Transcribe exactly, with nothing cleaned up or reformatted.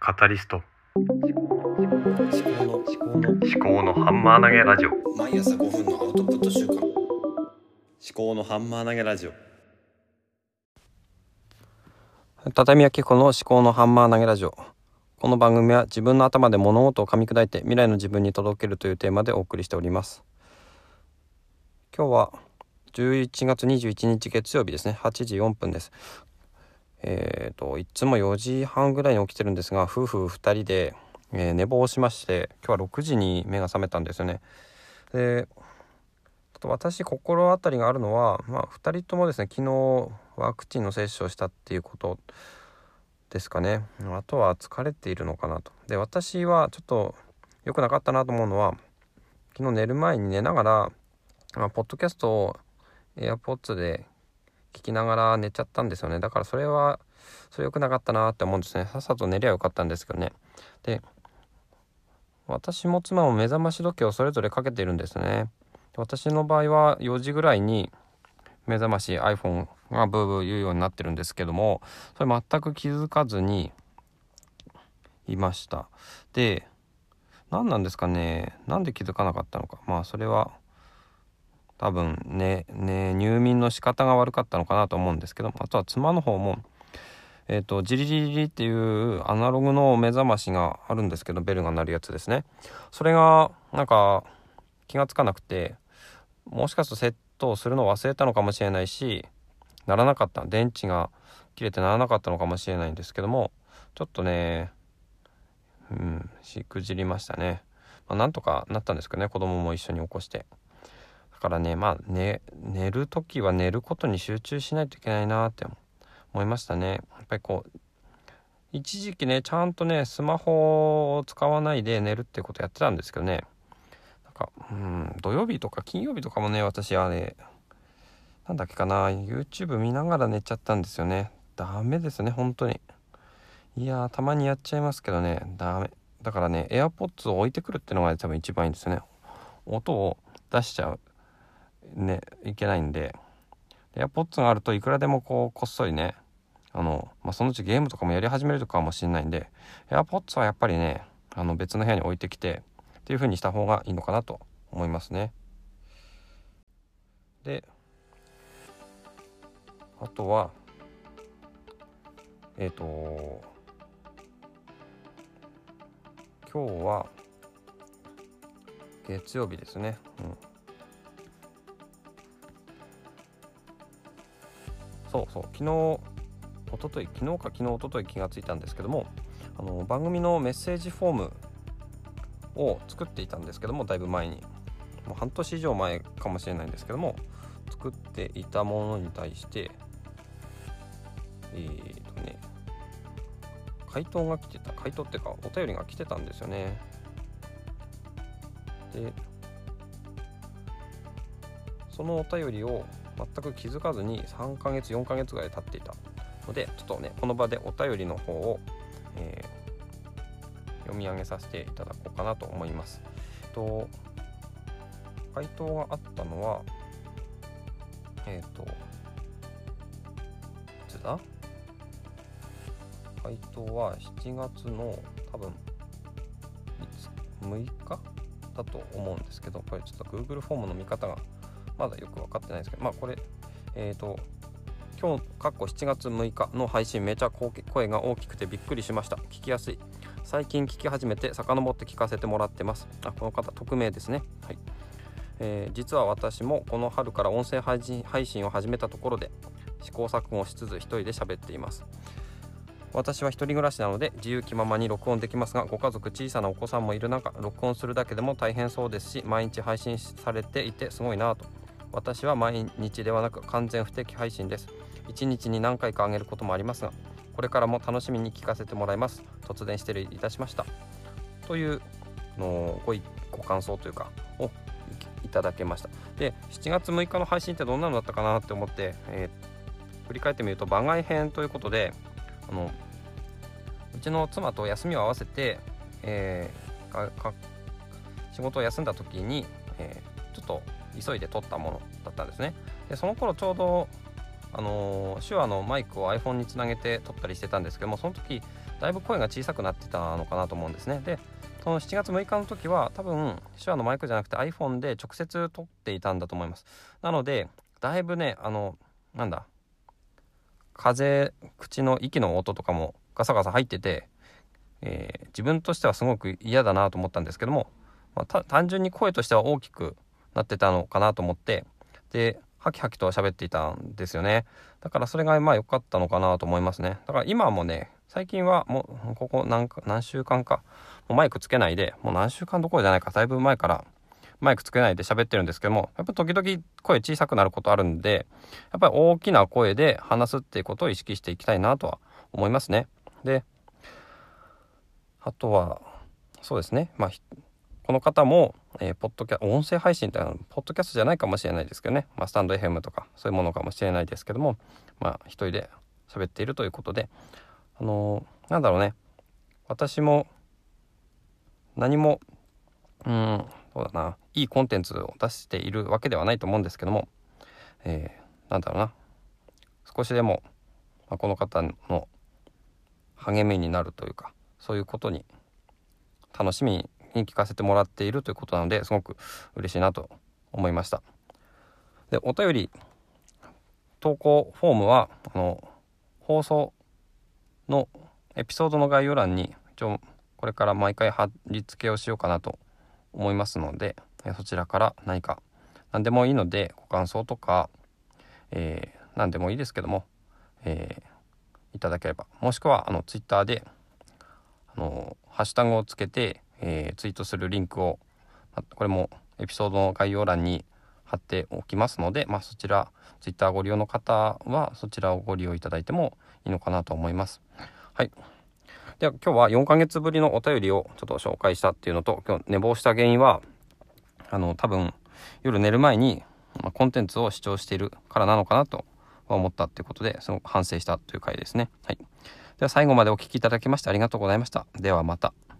カタリスト思考の思考の思考のハンマー投げラジオ。 毎朝ごふんのアウトプット週間、思考のハンマー投げラジオ。 畳明子の思考のハンマー投げラジオ。この番組は自分の頭で物事を噛み砕いて未来の自分に届けるというテーマでお送りしております。今日はじゅういちがつにじゅういちにち月曜日ですね。はちじよんぷんです。えーといつもよじはんぐらいに起きてるんですが、夫婦ふたりで、えー寝坊しまして、今日はろくじに目が覚めたんですよね。で、ちょっと私心当たりがあるのは、まあ、ふたりともですね、昨日ワクチンの接種をしたっていうことですかね。あとは疲れているのかなと。で、私はちょっと良くなかったなと思うのは、昨日寝る前に寝ながら、まあ、ポッドキャストを AirPods で聞きながら寝ちゃったんですよね。だからそれはそれ良くなかったなって思うんですね。さっさと寝りゃよかったんですけどね。で、私も妻も目覚まし時計をそれぞれかけているんですね。私の場合はよじぐらいに目覚まし iPhone がブーブー言うようになってるんですけども、それ全く気づかずにいました。で、何なんですかね。なんで気づかなかったのか。まあそれは多分ねね入眠の仕方が悪かったのかなと思うんですけど、あとは妻の方もえっとジリジリジリっていうアナログの目覚ましがあるんですけど、ベルが鳴るやつですね。それがなんか気がつかなくて、もしかするとセットをするのを忘れたのかもしれないし、ならなかった、電池が切れてならなかったのかもしれないんですけども、ちょっとねうんしくじりましたね。まあ、なんとかなったんですけどね、子供も一緒に起こして。だからね、まあ寝寝るときは寝ることに集中しないといけないなって思いましたね。やっぱりこう一時期ね、ちゃんとねスマホを使わないで寝るってことやってたんですけどね、なんかうん土曜日とか金曜日とかもね、私はねなんだっけかな YouTube 見ながら寝ちゃったんですよね。ダメですね本当に。いやーたまにやっちゃいますけどね、ダメだからね、 AirPods を置いてくるっていうのが多分一番いいんですよね。音を出しちゃうねいけないんで、 AirPods があるといくらでもこうこっそりね、あの、まあ、そのうちゲームとかもやり始めるかもしれないんで、 AirPods はやっぱりねあの別の部屋に置いてきてっていう風にした方がいいのかなと思いますね。で、あとはえっと今日は月曜日ですね。うんそうそう昨日一昨日昨日か昨日一昨日気がついたんですけども、あの番組のメッセージフォームを作っていたんですけども、だいぶ前に、もう半年以上前かもしれないんですけども、作っていたものに対してえーとね回答が来てた、回答っていうかお便りが来てたんですよね。で、そのお便りを全く気づかずにさんかげつよんかげつぐらい経っていたので、ちょっとねこの場でお便りの方を、えー、読み上げさせていただこうかなと思います。と回答があったのはえっ、ー、といつだ回答はしちがつの多分むいかだと思うんですけど、これちょっと Google フォームの見方がまだよく分かってないですけど、まあこれえっ、ー、と今日かっこしちがつむいかの配信めちゃ声が大きくてびっくりしました。聞きやすい。最近聞き始めて遡って聞かせてもらってます。あ、この方匿名ですね。はい。えー、実は私もこの春から音声配信配信を始めたところで試行錯誤しつつ一人で喋っています。私は一人暮らしなので自由気ままに録音できますが、ご家族小さなお子さんもいる中、録音するだけでも大変そうですし、毎日配信されていてすごいなと。私は毎日ではなく完全不定期配信です。いちにちに何回か上げることもありますが、これからも楽しみに聞かせてもらいます。突然失礼いたしましたというのご, ご感想というかをいただけました。で、しちがつむいかの配信ってどんなのだったかなって思って、えー、振り返ってみると番外編ということで、あのうちの妻と休みを合わせて、えー、かか仕事を休んだ時に、えー、ちょっと急いで撮ったものだったんですね。で、その頃ちょうど、あのー、手話のマイクを iPhone につなげて撮ったりしてたんですけども、その時だいぶ声が小さくなってたのかなと思うんですね。でそのしちがつむいかの時は多分手話のマイクじゃなくて iPhone で直接撮っていたんだと思います。なのでだいぶねあのなんだ風口の息の音とかもガサガサ入ってて、えー、自分としてはすごく嫌だなと思ったんですけども、まあ、単純に声としては大きくなってたのかなと思って、でハキハキと喋っていたんですよね。だからそれがまあ良かったのかなと思いますね。だから今もね最近はもうここ 何, か何週間かもうマイクつけないで、もう何週間どころじゃないかだいぶ前からマイクつけないで喋ってるんですけども、やっぱ時々声小さくなることあるんで、やっぱり大きな声で話すっていうことを意識していきたいなとは思いますね。であとはそうですね、まあこの方も、えー、ポッドキャ音声配信ってのはポッドキャストじゃないかもしれないですけどね、まあ、スタンド エフエム とかそういうものかもしれないですけども、まあ一人で喋っているということで、あのー、なんだろうね、私も何もうんそうだないいコンテンツを出しているわけではないと思うんですけども、えー、なんだろうな少しでも、まあ、この方の励みになるというか、そういうことに楽しみにに聞かせてもらっているということなので、すごく嬉しいなと思いました。でお便り投稿フォームはあの放送のエピソードの概要欄に一応これから毎回貼り付けをしようかなと思いますので、そちらから何か何でもいいのでご感想とか、えー、何でもいいですけども、えー、いただければ、もしくはあのツイッターであのハッシュタグをつけてえー、ツイートするリンクをこれもエピソードの概要欄に貼っておきますので、まあ、そちらツイッターご利用の方はそちらをご利用いただいてもいいのかなと思います。はい。では今日はよんかげつぶりのお便りをちょっと紹介したっていうのと、今日寝坊した原因はあの多分夜寝る前に、まあ、コンテンツを視聴しているからなのかなと思ったっていうことで、その反省したという回ですね。はい。では最後までお聞きいただきましてありがとうございました。ではまた。